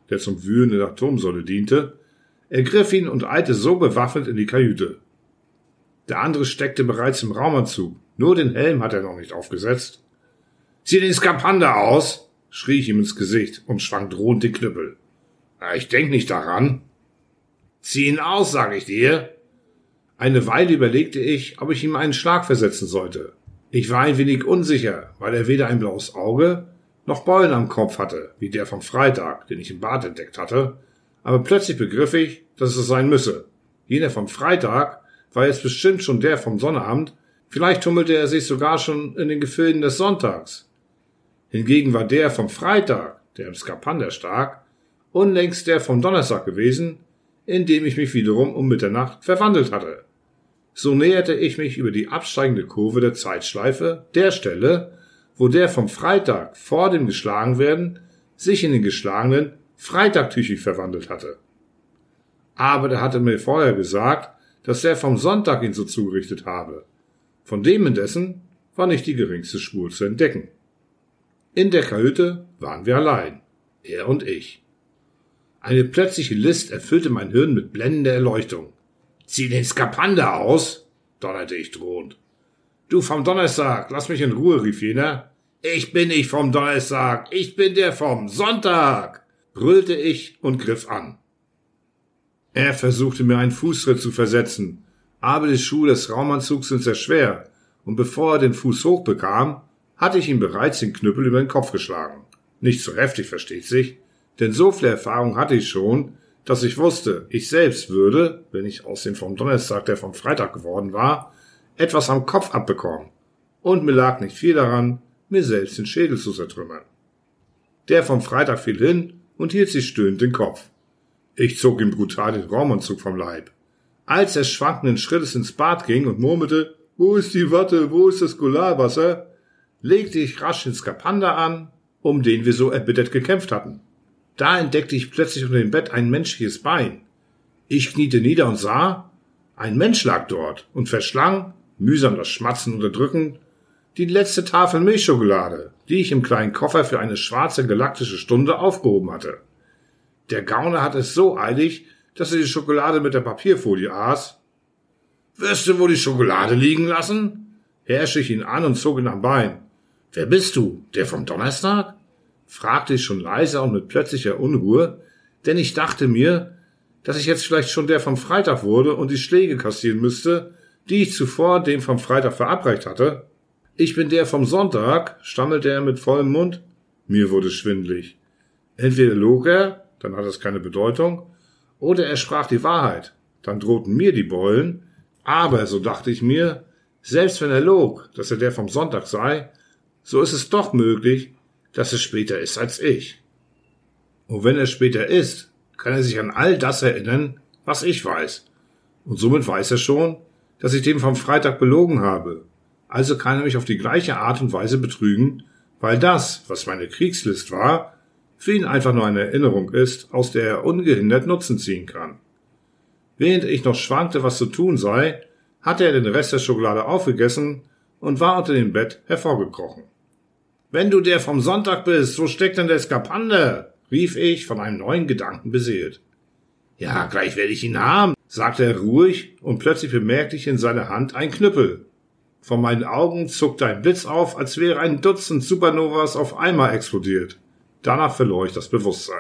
der zum Wühlen in der Atomsäule diente, ergriff ihn und eilte so bewaffnet in die Kajüte. Der andere steckte bereits im Raumanzug, nur den Helm hat er noch nicht aufgesetzt. »Zieh den Skapander aus«, schrie ich ihm ins Gesicht und schwang drohend den Knüppel. »Na, ich denk nicht daran.« »Zieh ihn aus, sag ich dir.« Eine Weile überlegte ich, ob ich ihm einen Schlag versetzen sollte. Ich war ein wenig unsicher, weil er weder ein blaues Auge noch Beulen am Kopf hatte, wie der vom Freitag, den ich im Bad entdeckt hatte, aber plötzlich begriff ich, dass es sein müsse. Jener vom Freitag war jetzt bestimmt schon der vom Sonnabend, vielleicht tummelte er sich sogar schon in den Gefilden des Sonntags. Hingegen war der vom Freitag, der im Skapander stak, unlängst der vom Donnerstag gewesen, in dem ich mich wiederum um Mitternacht verwandelt hatte. So näherte ich mich über die absteigende Kurve der Zeitschleife der Stelle, wo der vom Freitag vor dem Geschlagenwerden sich in den geschlagenen Freitag-Tüchig verwandelt hatte. Aber der hatte mir vorher gesagt, dass der vom Sonntag ihn so zugerichtet habe. Von dem indessen war nicht die geringste Spur zu entdecken. In der Kajüte waren wir allein, er und ich. Eine plötzliche List erfüllte mein Hirn mit blendender Erleuchtung. »Zieh den Skapander aus«, donnerte ich drohend. »Du vom Donnerstag, lass mich in Ruhe«, rief jener. »Ich bin nicht vom Donnerstag, ich bin der vom Sonntag«, brüllte ich und griff an. Er versuchte mir einen Fußtritt zu versetzen, aber die Schuhe des Raumanzugs sind sehr schwer, und bevor er den Fuß hochbekam, hatte ich ihm bereits den Knüppel über den Kopf geschlagen. Nicht so heftig, versteht sich, denn so viel Erfahrung hatte ich schon, dass ich wusste, ich selbst würde, wenn ich aus dem vom Donnerstag, der vom Freitag geworden war, etwas am Kopf abbekommen, und mir lag nicht viel daran, mir selbst den Schädel zu zertrümmern. Der vom Freitag fiel hin und hielt sich stöhnend den Kopf. Ich zog ihm brutal den Raumanzug vom Leib. Als er schwankenden Schrittes ins Bad ging und murmelte, »Wo ist die Watte, wo ist das Golarwasser?«, legte ich rasch den Skapander an, um den wir so erbittert gekämpft hatten. Da entdeckte ich plötzlich unter dem Bett ein menschliches Bein. Ich kniete nieder und sah, ein Mensch lag dort und verschlang, mühsam das Schmatzen unterdrückend, die letzte Tafel Milchschokolade, die ich im kleinen Koffer für eine schwarze galaktische Stunde aufgehoben hatte. Der Gauner hatte es so eilig, dass er die Schokolade mit der Papierfolie aß. »Wirst du wohl die Schokolade liegen lassen?« herrschte ich ihn an und zog ihn am Bein. »Wer bist du? Der vom Donnerstag?« fragte ich schon leiser und mit plötzlicher Unruhe, denn ich dachte mir, dass ich jetzt vielleicht schon der vom Freitag wurde und die Schläge kassieren müsste, die ich zuvor dem vom Freitag verabreicht hatte. »Ich bin der vom Sonntag«, stammelte er mit vollem Mund. Mir wurde schwindlig. Entweder log er, dann hat es keine Bedeutung, oder er sprach die Wahrheit, dann drohten mir die Beulen, aber, so dachte ich mir, selbst wenn er log, dass er der vom Sonntag sei, so ist es doch möglich, dass es später ist als ich. Und wenn er später ist, kann er sich an all das erinnern, was ich weiß. Und somit weiß er schon, dass ich dem vom Freitag belogen habe. Also kann er mich auf die gleiche Art und Weise betrügen, weil das, was meine Kriegslist war, für ihn einfach nur eine Erinnerung ist, aus der er ungehindert Nutzen ziehen kann. Während ich noch schwankte, was zu tun sei, hatte er den Rest der Schokolade aufgegessen und war unter dem Bett hervorgekrochen. »Wenn du der vom Sonntag bist, wo steckt denn der Skapander?«, rief ich, von einem neuen Gedanken beseelt. »Ja, gleich werde ich ihn haben«, sagte er ruhig, und plötzlich bemerkte ich in seiner Hand einen Knüppel. Vor meinen Augen zuckte ein Blitz auf, als wäre ein Dutzend Supernovas auf einmal explodiert. Danach verlor ich das Bewusstsein.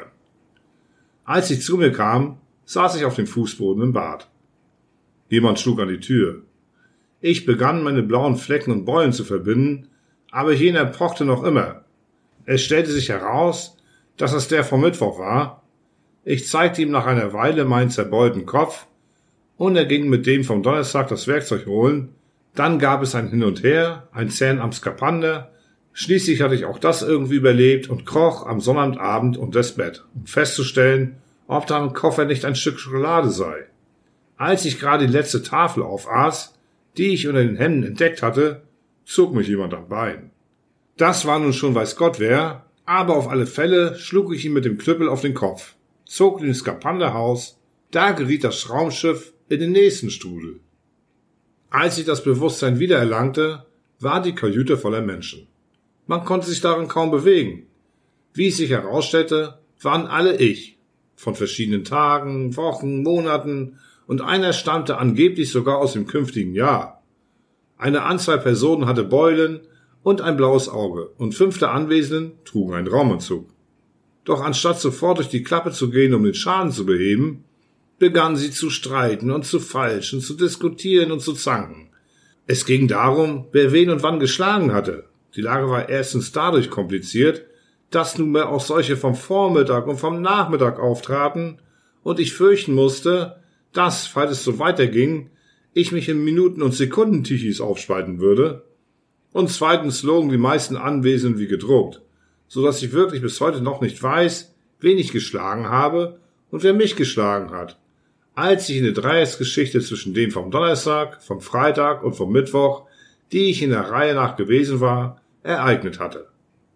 Als ich zu mir kam, saß ich auf dem Fußboden im Bad. Jemand schlug an die Tür. Ich begann, meine blauen Flecken und Beulen zu verbinden, aber jener pochte noch immer. Es stellte sich heraus, dass es der vom Mittwoch war. Ich zeigte ihm nach einer Weile meinen zerbeulten Kopf, und er ging mit dem vom Donnerstag das Werkzeug holen. Dann gab es ein Hin und Her, ein Zählen am Skapander. Schließlich hatte ich auch das irgendwie überlebt und kroch am Sonnabendabend unter das Bett, um festzustellen, ob da im Koffer nicht ein Stück Schokolade sei. Als ich gerade die letzte Tafel aufaß, die ich unter den Händen entdeckt hatte, zog mich jemand am Bein. Das war nun schon weiß Gott wer, aber auf alle Fälle schlug ich ihm mit dem Knüppel auf den Kopf, zog in das Skapanderhaus, da geriet das Raumschiff in den nächsten Strudel. Als ich das Bewusstsein wiedererlangte, war die Kajüte voller Menschen. Man konnte sich darin kaum bewegen. Wie es sich herausstellte, waren alle ich, von verschiedenen Tagen, Wochen, Monaten, und einer stammte angeblich sogar aus dem künftigen Jahr. Eine Anzahl Personen hatte Beulen und ein blaues Auge, und fünf der Anwesenden trugen einen Raumanzug. Doch anstatt sofort durch die Klappe zu gehen, um den Schaden zu beheben, begannen sie zu streiten und zu feilschen, zu diskutieren und zu zanken. Es ging darum, wer wen und wann geschlagen hatte. Die Lage war erstens dadurch kompliziert, dass nunmehr auch solche vom Vormittag und vom Nachmittag auftraten, und ich fürchten musste, dass, falls es so weiterging, ich mich in Minuten- und Sekundentichis aufspalten würde. Und zweitens logen die meisten Anwesenden wie gedruckt, so dass ich wirklich bis heute noch nicht weiß, wen ich geschlagen habe und wer mich geschlagen hat, als ich in der Dreiecksgeschichte zwischen dem vom Donnerstag, vom Freitag und vom Mittwoch, die ich in der Reihe nach gewesen war, ereignet hatte.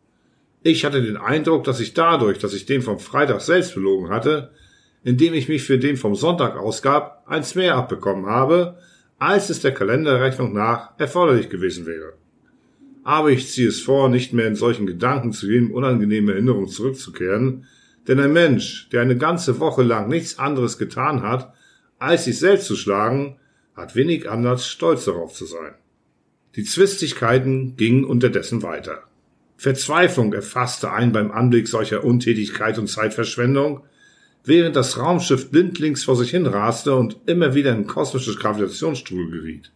Ich hatte den Eindruck, dass ich dadurch, dass ich den vom Freitag selbst belogen hatte, indem ich mich für den vom Sonntag ausgab, eins mehr abbekommen habe, als es der Kalenderrechnung nach erforderlich gewesen wäre. Aber ich ziehe es vor, nicht mehr in solchen Gedanken zu jedem unangenehmen Erinnerung zurückzukehren, denn ein Mensch, der eine ganze Woche lang nichts anderes getan hat, als sich selbst zu schlagen, hat wenig Anlass, stolz darauf zu sein. Die Zwistigkeiten gingen unterdessen weiter. Verzweiflung erfasste einen beim Anblick solcher Untätigkeit und Zeitverschwendung, während das Raumschiff blindlings vor sich hin raste und immer wieder in kosmische Gravitationsstrudel geriet.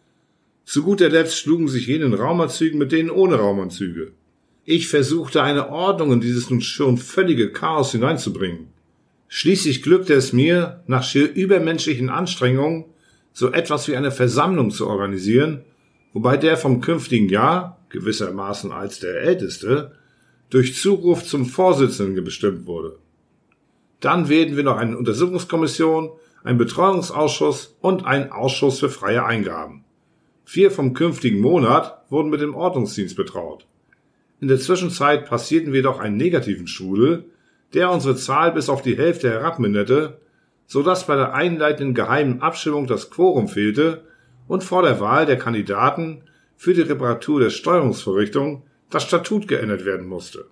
Zu guter Letzt schlugen sich jene in Raumanzügen mit denen ohne Raumanzüge. Ich versuchte eine Ordnung in dieses nun schon völlige Chaos hineinzubringen. Schließlich glückte es mir, nach schier übermenschlichen Anstrengungen, so etwas wie eine Versammlung zu organisieren, wobei der vom künftigen Jahr, gewissermaßen als der Älteste, durch Zuruf zum Vorsitzenden bestimmt wurde. Dann wählten wir noch eine Untersuchungskommission, einen Betreuungsausschuss und einen Ausschuss für freie Eingaben. Vier vom künftigen Monat wurden mit dem Ordnungsdienst betraut. In der Zwischenzeit passierten wir doch einen negativen Strudel, der unsere Zahl bis auf die Hälfte herabminderte, so dass bei der einleitenden geheimen Abstimmung das Quorum fehlte und vor der Wahl der Kandidaten für die Reparatur der Steuerungsvorrichtung das Statut geändert werden musste.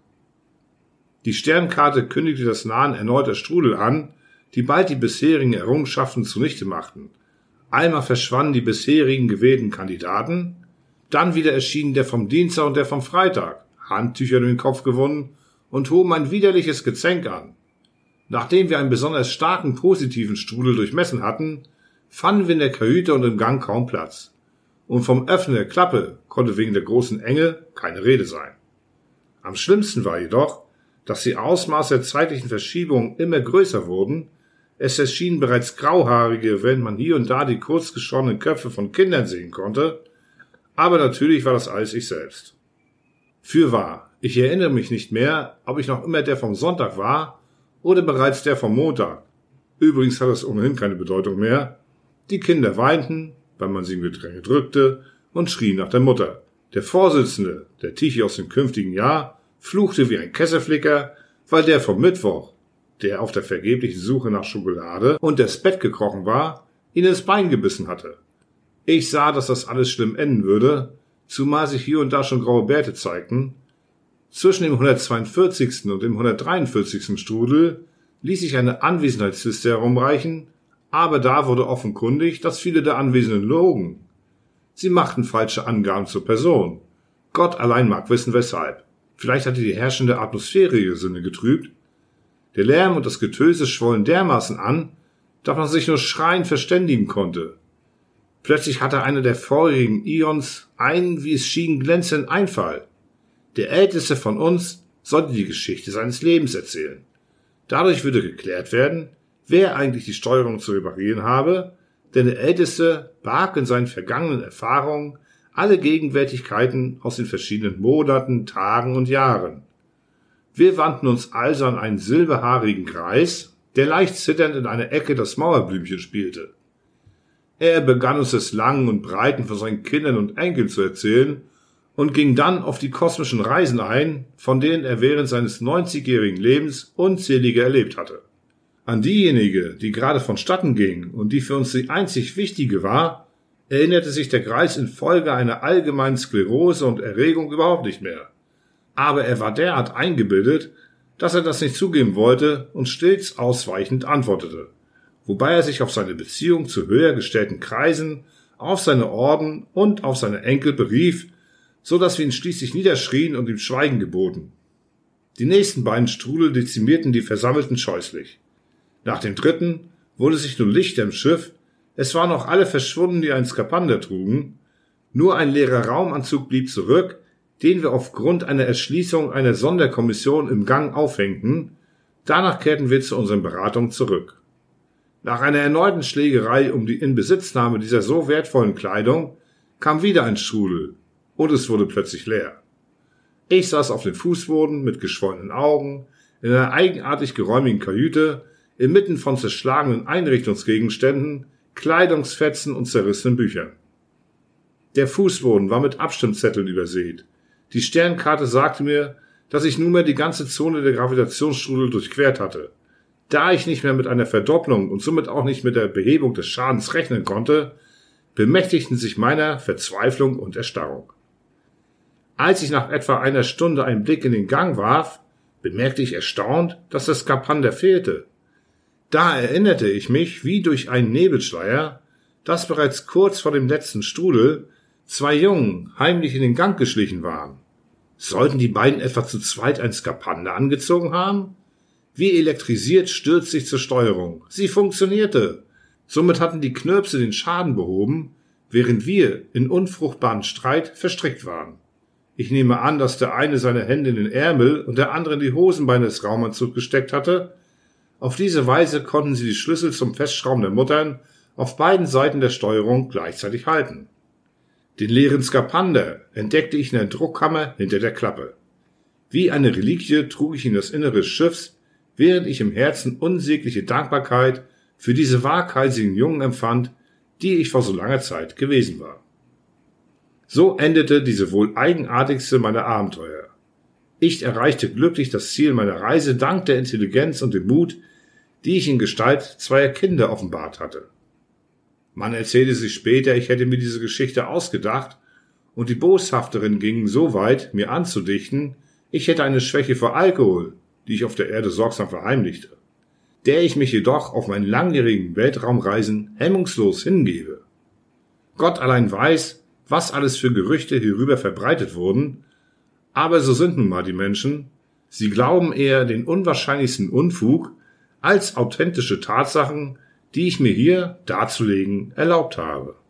Die Sternkarte kündigte das Nahen erneuter Strudel an, die bald die bisherigen Errungenschaften zunichte machten. Einmal verschwanden die bisherigen gewählten Kandidaten, dann wieder erschienen der vom Dienstag und der vom Freitag, Handtücher in den Kopf gewunden und hoben ein widerliches Gezänk an. Nachdem wir einen besonders starken positiven Strudel durchmessen hatten, fanden wir in der Kajüte und im Gang kaum Platz. Und vom Öffnen der Klappe konnte wegen der großen Enge keine Rede sein. Am schlimmsten war jedoch, dass die Ausmaße der zeitlichen Verschiebung immer größer wurden. Es erschienen bereits Grauhaarige, wenn man hier und da die kurzgeschorenen Köpfe von Kindern sehen konnte. Aber natürlich war das alles ich selbst. Fürwahr, ich erinnere mich nicht mehr, ob ich noch immer der vom Sonntag war oder bereits der vom Montag. Übrigens hat es ohnehin keine Bedeutung mehr. Die Kinder weinten, weil man sie in Gedränge drückte, und schrien nach der Mutter. Der Vorsitzende, der Tichy aus dem künftigen Jahr, fluchte wie ein Kesselflicker, weil der vom Mittwoch, der auf der vergeblichen Suche nach Schokolade und ins Bett gekrochen war, ihn ins Bein gebissen hatte. Ich sah, dass das alles schlimm enden würde, zumal sich hier und da schon graue Bärte zeigten. Zwischen dem hundertzweiundvierzigsten und dem hundertdreiundvierzigsten Strudel ließ sich eine Anwesenheitsliste herumreichen, aber da wurde offenkundig, dass viele der Anwesenden logen. Sie machten falsche Angaben zur Person. Gott allein mag wissen, weshalb. Vielleicht hatte die herrschende Atmosphäre ihre Sinne getrübt. Der Lärm und das Getöse schwollen dermaßen an, dass man sich nur schreiend verständigen konnte. Plötzlich hatte einer der feurigen Ions einen, wie es schien, glänzenden Einfall. Der Älteste von uns sollte die Geschichte seines Lebens erzählen. Dadurch würde geklärt werden, wer eigentlich die Steuerung zu reparieren habe, denn der Älteste barg in seinen vergangenen Erfahrungen alle Gegenwärtigkeiten aus den verschiedenen Monaten, Tagen und Jahren. Wir wandten uns also an einen silberhaarigen Greis, der leicht zitternd in einer Ecke das Mauerblümchen spielte. Er begann uns des Langen und Breiten von seinen Kindern und Enkeln zu erzählen und ging dann auf die kosmischen Reisen ein, von denen er während seines neunzigjährigen Lebens unzählige erlebt hatte. An diejenige, die gerade vonstatten ging und die für uns die einzig wichtige war, erinnerte sich der Greis infolge einer allgemeinen Sklerose und Erregung überhaupt nicht mehr. Aber er war derart eingebildet, dass er das nicht zugeben wollte und stets ausweichend antwortete, wobei er sich auf seine Beziehung zu höher gestellten Kreisen, auf seine Orden und auf seine Enkel berief, so dass wir ihn schließlich niederschrien und ihm Schweigen geboten. Die nächsten beiden Strudel dezimierten die Versammelten scheußlich. Nach dem dritten wurde sich nun Lichter im Schiff, es waren auch alle verschwunden, die ein Skapander trugen, nur ein leerer Raumanzug blieb zurück, den wir aufgrund einer Erschließung einer Sonderkommission im Gang aufhängten, danach kehrten wir zu unseren Beratungen zurück. Nach einer erneuten Schlägerei um die Inbesitznahme dieser so wertvollen Kleidung kam wieder ein Strudel, und es wurde plötzlich leer. Ich saß auf dem Fußboden mit geschwollenen Augen, in einer eigenartig geräumigen Kajüte, inmitten von zerschlagenen Einrichtungsgegenständen, Kleidungsfetzen und zerrissenen Büchern. Der Fußboden war mit Abstimmzetteln übersät. Die Sternkarte sagte mir, dass ich nunmehr die ganze Zone der Gravitationsstrudel durchquert hatte. Da ich nicht mehr mit einer Verdopplung und somit auch nicht mit der Behebung des Schadens rechnen konnte, bemächtigten sich meiner Verzweiflung und Erstarrung. Als ich nach etwa einer Stunde einen Blick in den Gang warf, bemerkte ich erstaunt, dass das Skapander fehlte. Da erinnerte ich mich, wie durch einen Nebelschleier, dass bereits kurz vor dem letzten Strudel zwei Jungen heimlich in den Gang geschlichen waren. Sollten die beiden etwa zu zweit ein Skapander angezogen haben? Wie elektrisiert stürzte ich zur Steuerung. Sie funktionierte. Somit hatten die Knirpse den Schaden behoben, während wir in unfruchtbaren Streit verstrickt waren. Ich nehme an, dass der eine seine Hände in den Ärmel und der andere in die Hosenbeine des Raumanzugs gesteckt hatte. Auf diese Weise konnten sie die Schlüssel zum Festschrauben der Muttern auf beiden Seiten der Steuerung gleichzeitig halten. Den leeren Skapander entdeckte ich in der Druckkammer hinter der Klappe. Wie eine Reliquie trug ich ihn in das Innere des Schiffs, während ich im Herzen unsägliche Dankbarkeit für diese waghalsigen Jungen empfand, die ich vor so langer Zeit gewesen war. So endete diese wohl eigenartigste meiner Abenteuer. Ich erreichte glücklich das Ziel meiner Reise dank der Intelligenz und dem Mut, die ich in Gestalt zweier Kinder offenbart hatte. Man erzählte sich später, ich hätte mir diese Geschichte ausgedacht, und die Boshafteren gingen so weit, mir anzudichten, ich hätte eine Schwäche vor Alkohol, die ich auf der Erde sorgsam verheimlichte, der ich mich jedoch auf meinen langjährigen Weltraumreisen hemmungslos hingebe. Gott allein weiß, was alles für Gerüchte hierüber verbreitet wurden, aber so sind nun mal die Menschen, sie glauben eher den unwahrscheinlichsten Unfug als authentische Tatsachen, die ich mir hier darzulegen erlaubt habe.